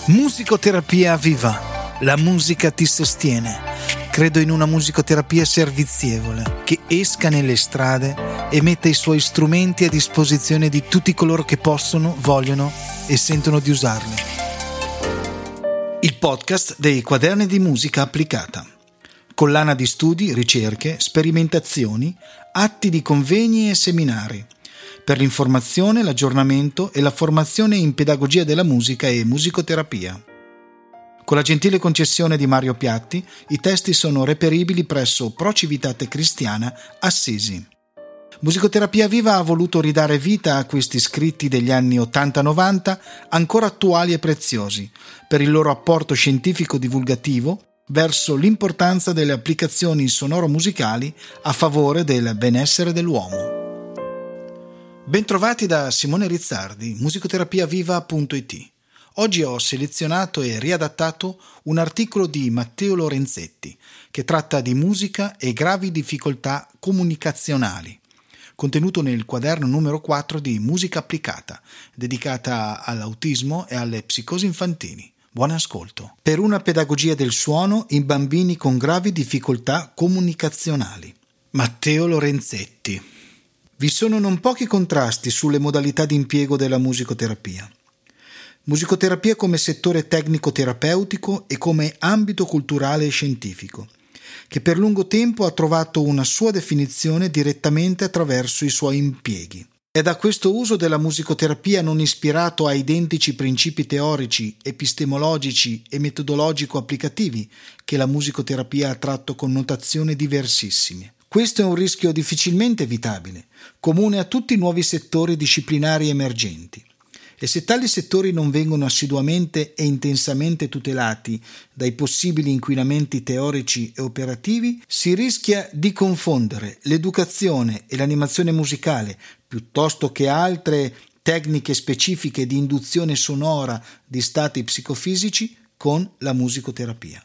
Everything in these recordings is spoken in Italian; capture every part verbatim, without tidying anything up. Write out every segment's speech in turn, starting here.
Musicoterapia viva. La musica ti sostiene. Credo in una musicoterapia servizievole che esca nelle strade e metta i suoi strumenti a disposizione di tutti coloro che possono, vogliono e sentono di usarli. Il podcast dei Quaderni di Musica Applicata. Collana di studi, ricerche, sperimentazioni, atti di convegni e seminari per l'informazione, l'aggiornamento e la formazione in pedagogia della musica e musicoterapia. Con la gentile concessione di Mario Piatti, i testi sono reperibili presso Pro Civitate Cristiana Assisi. Musicoterapia Viva ha voluto ridare vita a questi scritti degli anni ottanta novanta, ancora attuali e preziosi, per il loro apporto scientifico divulgativo verso l'importanza delle applicazioni sonoro-musicali a favore del benessere dell'uomo. Bentrovati da Simone Rizzardi, musicoterapiaviva punto it. Oggi ho selezionato e riadattato un articolo di Matteo Lorenzetti che tratta di musica e gravi difficoltà comunicazionali, contenuto nel quaderno numero quattro di Musica Applicata, dedicata all'autismo e alle psicosi infantili. Buon ascolto. Per una pedagogia del suono in bambini con gravi difficoltà comunicazionali. Matteo Lorenzetti. Vi sono non pochi contrasti sulle modalità di impiego della musicoterapia. Musicoterapia come settore tecnico-terapeutico e come ambito culturale e scientifico, che per lungo tempo ha trovato una sua definizione direttamente attraverso i suoi impieghi. È da questo uso della musicoterapia non ispirato a identici principi teorici, epistemologici e metodologico-applicativi che la musicoterapia ha tratto connotazioni diversissime. Questo è un rischio difficilmente evitabile, comune a tutti i nuovi settori disciplinari emergenti. E se tali settori non vengono assiduamente e intensamente tutelati dai possibili inquinamenti teorici e operativi, si rischia di confondere l'educazione e l'animazione musicale, piuttosto che altre tecniche specifiche di induzione sonora di stati psicofisici, con la musicoterapia.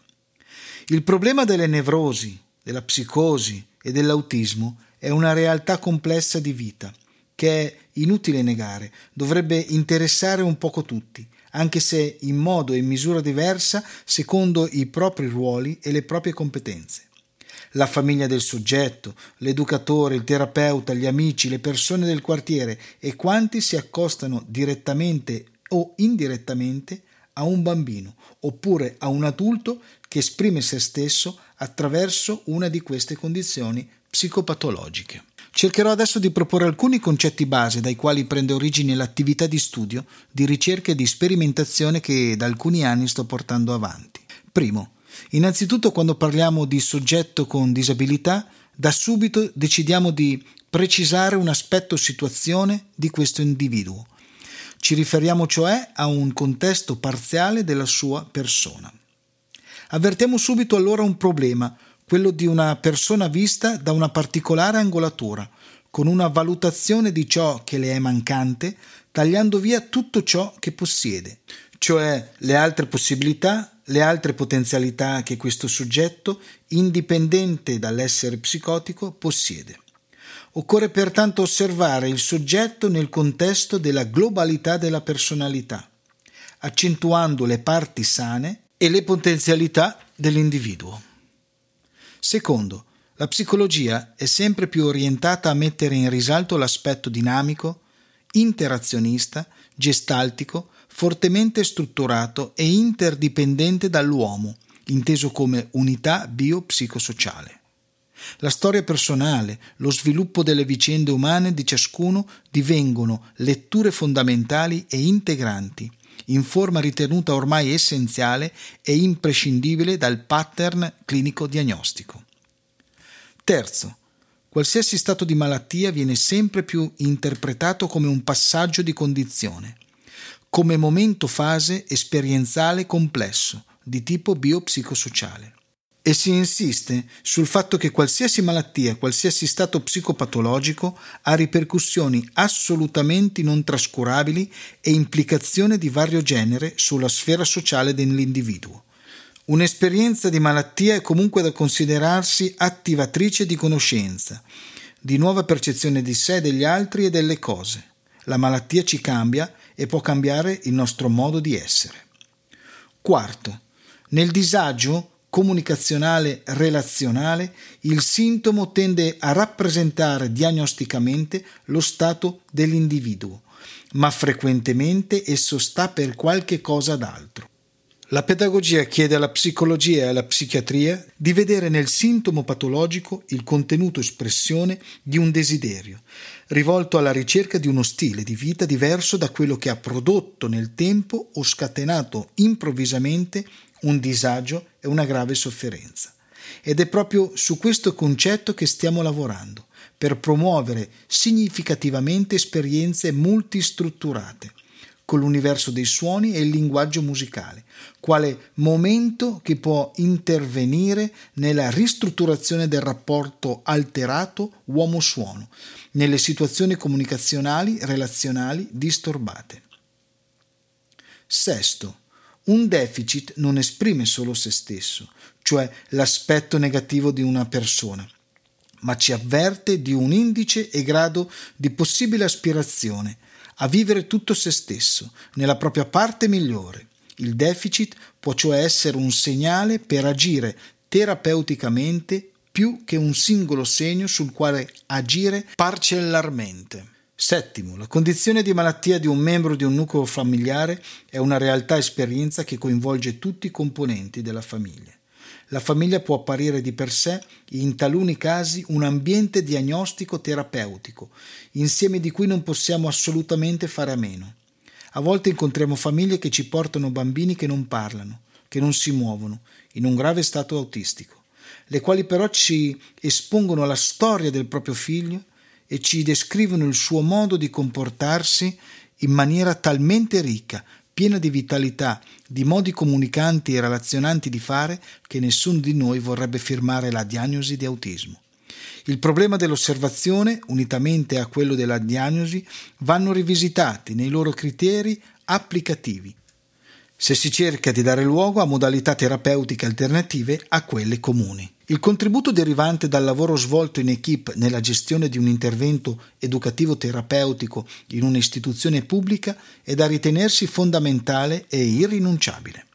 Il problema delle nevrosi, della psicosi e dell'autismo è una realtà complessa di vita che è inutile negare, dovrebbe interessare un poco tutti, anche se in modo e in misura diversa secondo i propri ruoli e le proprie competenze. La famiglia del soggetto, l'educatore, il terapeuta, gli amici, le persone del quartiere e quanti si accostano direttamente o indirettamente a un bambino oppure a un adulto che esprime se stesso attraverso una di queste condizioni psicopatologiche. Cercherò adesso di proporre alcuni concetti base dai quali prende origine l'attività di studio, di ricerca e di sperimentazione che da alcuni anni sto portando avanti. Primo, innanzitutto quando parliamo di soggetto con disabilità, da subito decidiamo di precisare un aspetto o situazione di questo individuo. Ci riferiamo cioè a un contesto parziale della sua persona. Avvertiamo subito allora un problema, quello di una persona vista da una particolare angolatura, con una valutazione di ciò che le è mancante, tagliando via tutto ciò che possiede, cioè le altre possibilità, le altre potenzialità che questo soggetto, indipendente dall'essere psicotico, possiede. Occorre pertanto osservare il soggetto nel contesto della globalità della personalità, accentuando le parti sane e le potenzialità dell'individuo. Secondo, la psicologia è sempre più orientata a mettere in risalto l'aspetto dinamico, interazionista, gestaltico, fortemente strutturato e interdipendente dall'uomo, inteso come unità bio-psicosociale. La storia personale, lo sviluppo delle vicende umane di ciascuno divengono letture fondamentali e integranti, in forma ritenuta ormai essenziale e imprescindibile dal pattern clinico-diagnostico. Terzo, qualsiasi stato di malattia viene sempre più interpretato come un passaggio di condizione, come momento fase esperienziale complesso, di tipo biopsicosociale. E si insiste sul fatto che qualsiasi malattia, qualsiasi stato psicopatologico ha ripercussioni assolutamente non trascurabili e implicazioni di vario genere sulla sfera sociale dell'individuo. Un'esperienza di malattia è comunque da considerarsi attivatrice di conoscenza, di nuova percezione di sé, degli altri e delle cose. La malattia ci cambia e può cambiare il nostro modo di essere. Quarto, nel disagio comunicazionale relazionale, il sintomo tende a rappresentare diagnosticamente lo stato dell'individuo, ma frequentemente esso sta per qualche cosa d'altro. La pedagogia chiede alla psicologia e alla psichiatria di vedere nel sintomo patologico il contenuto espressione di un desiderio, rivolto alla ricerca di uno stile di vita diverso da quello che ha prodotto nel tempo o scatenato improvvisamente un disagio e una grave sofferenza. Ed è proprio su questo concetto che stiamo lavorando, per promuovere significativamente esperienze multistrutturate, con l'universo dei suoni e il linguaggio musicale, quale momento che può intervenire nella ristrutturazione del rapporto alterato uomo-suono, nelle situazioni comunicazionali relazionali disturbate. Sesto, un deficit non esprime solo se stesso, cioè l'aspetto negativo di una persona, ma ci avverte di un indice e grado di possibile aspirazione a vivere tutto se stesso, nella propria parte migliore. Il deficit può cioè essere un segnale per agire terapeuticamente più che un singolo segno sul quale agire parcellarmente. Settimo, la condizione di malattia di un membro di un nucleo familiare è una realtà esperienza che coinvolge tutti i componenti della famiglia. La famiglia può apparire di per sé, in taluni casi, un ambiente diagnostico terapeutico, insieme di cui non possiamo assolutamente fare a meno. A volte incontriamo famiglie che ci portano bambini che non parlano, che non si muovono, in un grave stato autistico, le quali però ci espongono alla storia del proprio figlio e ci descrivono il suo modo di comportarsi in maniera talmente ricca, piena di vitalità, di modi comunicanti e relazionanti di fare, che nessuno di noi vorrebbe firmare la diagnosi di autismo. Il problema dell'osservazione, unitamente a quello della diagnosi, vanno rivisitati nei loro criteri applicativi, se si cerca di dare luogo a modalità terapeutiche alternative a quelle comuni. Il contributo derivante dal lavoro svolto in equipe nella gestione di un intervento educativo terapeutico in un'istituzione pubblica è da ritenersi fondamentale e irrinunciabile.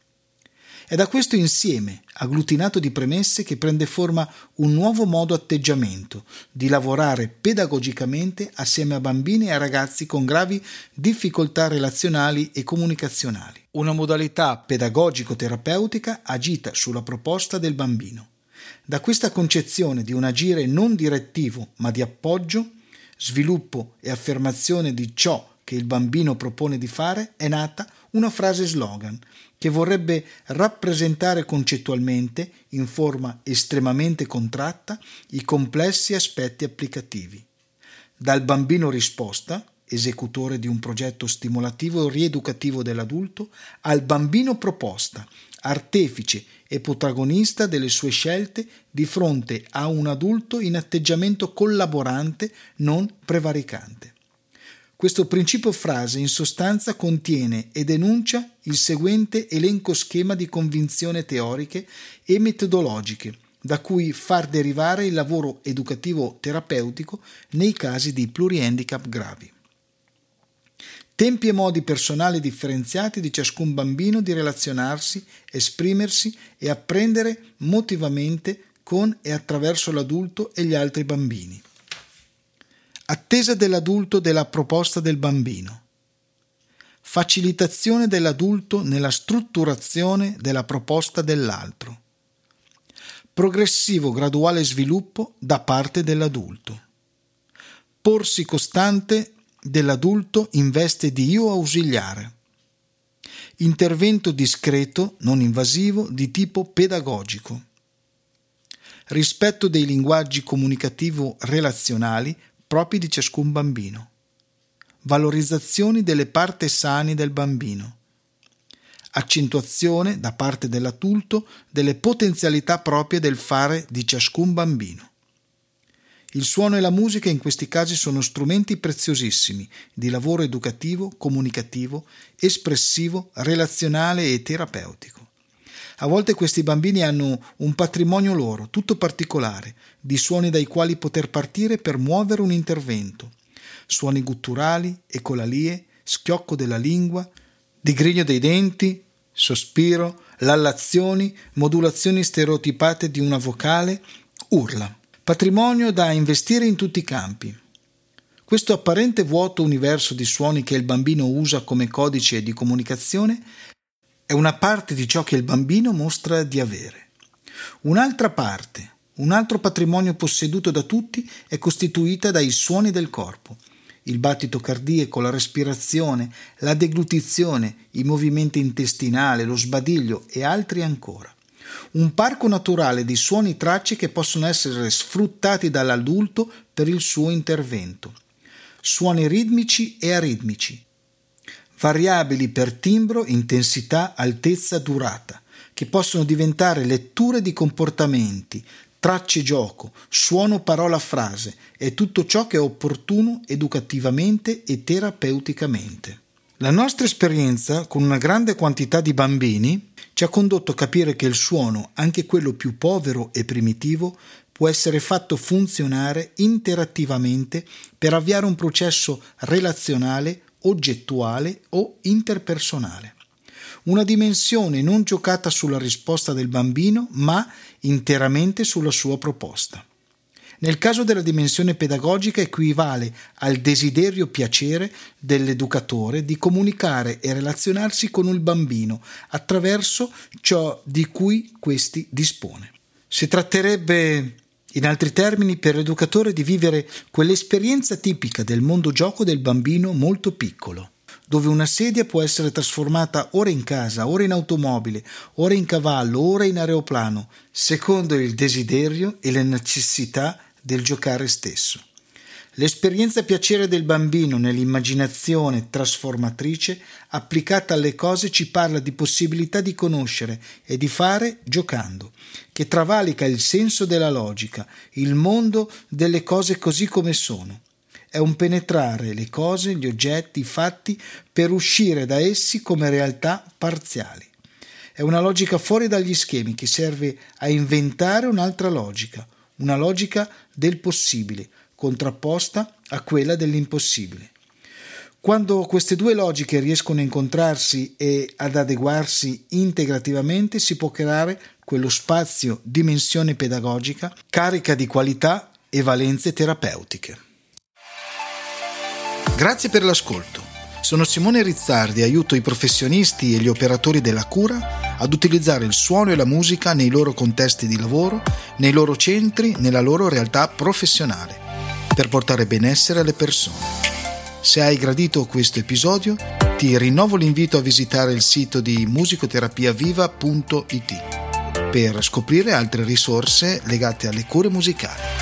È da questo insieme, agglutinato di premesse, che prende forma un nuovo modo atteggiamento di lavorare pedagogicamente assieme a bambini e a ragazzi con gravi difficoltà relazionali e comunicazionali. Una modalità pedagogico-terapeutica agita sulla proposta del bambino. Da questa concezione di un agire non direttivo ma di appoggio, sviluppo e affermazione di ciò che il bambino propone di fare è nata una frase slogan che vorrebbe rappresentare concettualmente, in forma estremamente contratta, i complessi aspetti applicativi. Dal bambino risposta, esecutore di un progetto stimolativo e rieducativo dell'adulto, al bambino proposta, artefice e protagonista delle sue scelte di fronte a un adulto in atteggiamento collaborante, non prevaricante. Questo principio frase in sostanza contiene e denuncia il seguente elenco schema di convinzioni teoriche e metodologiche da cui far derivare il lavoro educativo terapeutico nei casi di plurihandicap gravi. Tempi e modi personali differenziati di ciascun bambino di relazionarsi, esprimersi e apprendere motivamente con e attraverso l'adulto e gli altri bambini. Attesa dell'adulto della proposta del bambino. Facilitazione dell'adulto nella strutturazione della proposta dell'altro. Progressivo graduale sviluppo da parte dell'adulto. Porsi costante dell'adulto in veste di io ausiliare. Intervento discreto, non invasivo, di tipo pedagogico. Rispetto dei linguaggi comunicativo-relazionali propri di ciascun bambino. Valorizzazioni delle parti sane del bambino. Accentuazione da parte dell'adulto delle potenzialità proprie del fare di ciascun bambino. Il suono e la musica in questi casi sono strumenti preziosissimi di lavoro educativo, comunicativo, espressivo, relazionale e terapeutico. A volte questi bambini hanno un patrimonio loro, tutto particolare, di suoni dai quali poter partire per muovere un intervento. Suoni gutturali, ecolalie, schiocco della lingua, digrignio dei denti, sospiro, lallazioni, modulazioni stereotipate di una vocale, urla. Patrimonio da investire in tutti i campi. Questo apparente vuoto universo di suoni che il bambino usa come codice di comunicazione è una parte di ciò che il bambino mostra di avere. Un'altra parte, un altro patrimonio posseduto da tutti, è costituita dai suoni del corpo. Il battito cardiaco, la respirazione, la deglutizione, i movimenti intestinali, lo sbadiglio e altri ancora. Un parco naturale di suoni tracce che possono essere sfruttati dall'adulto per il suo intervento. Suoni ritmici e aritmici, variabili per timbro, intensità, altezza, durata, che possono diventare letture di comportamenti, tracce gioco, suono parola frase e tutto ciò che è opportuno educativamente e terapeuticamente. La nostra esperienza con una grande quantità di bambini ci ha condotto a capire che il suono, anche quello più povero e primitivo, può essere fatto funzionare interattivamente per avviare un processo relazionale, oggettuale o interpersonale. Una dimensione non giocata sulla risposta del bambino, ma interamente sulla sua proposta. Nel caso della dimensione pedagogica equivale al desiderio piacere dell'educatore di comunicare e relazionarsi con il bambino attraverso ciò di cui questi dispone. Si tratterebbe, in altri termini, per l'educatore di vivere quell'esperienza tipica del mondo gioco del bambino molto piccolo, dove una sedia può essere trasformata ora in casa, ora in automobile, ora in cavallo, ora in aeroplano, secondo il desiderio e le necessità del giocare stesso. L'esperienza piacere del bambino nell'immaginazione trasformatrice applicata alle cose ci parla di possibilità di conoscere e di fare giocando, che travalica il senso della logica, il mondo delle cose così come sono. È un penetrare le cose, gli oggetti, i fatti per uscire da essi come realtà parziali. È una logica fuori dagli schemi che serve a inventare un'altra logica, una logica del possibile, contrapposta a quella dell'impossibile. Quando queste due logiche riescono a incontrarsi e ad adeguarsi integrativamente, si può creare quello spazio dimensione pedagogica carica di qualità e valenze terapeutiche. Grazie per l'ascolto. Sono Simone Rizzardi e aiuto i professionisti e gli operatori della cura ad utilizzare il suono e la musica nei loro contesti di lavoro, nei loro centri, nella loro realtà professionale, per portare benessere alle persone. Se hai gradito questo episodio, ti rinnovo l'invito a visitare il sito di musicoterapia viva punto it per scoprire altre risorse legate alle cure musicali.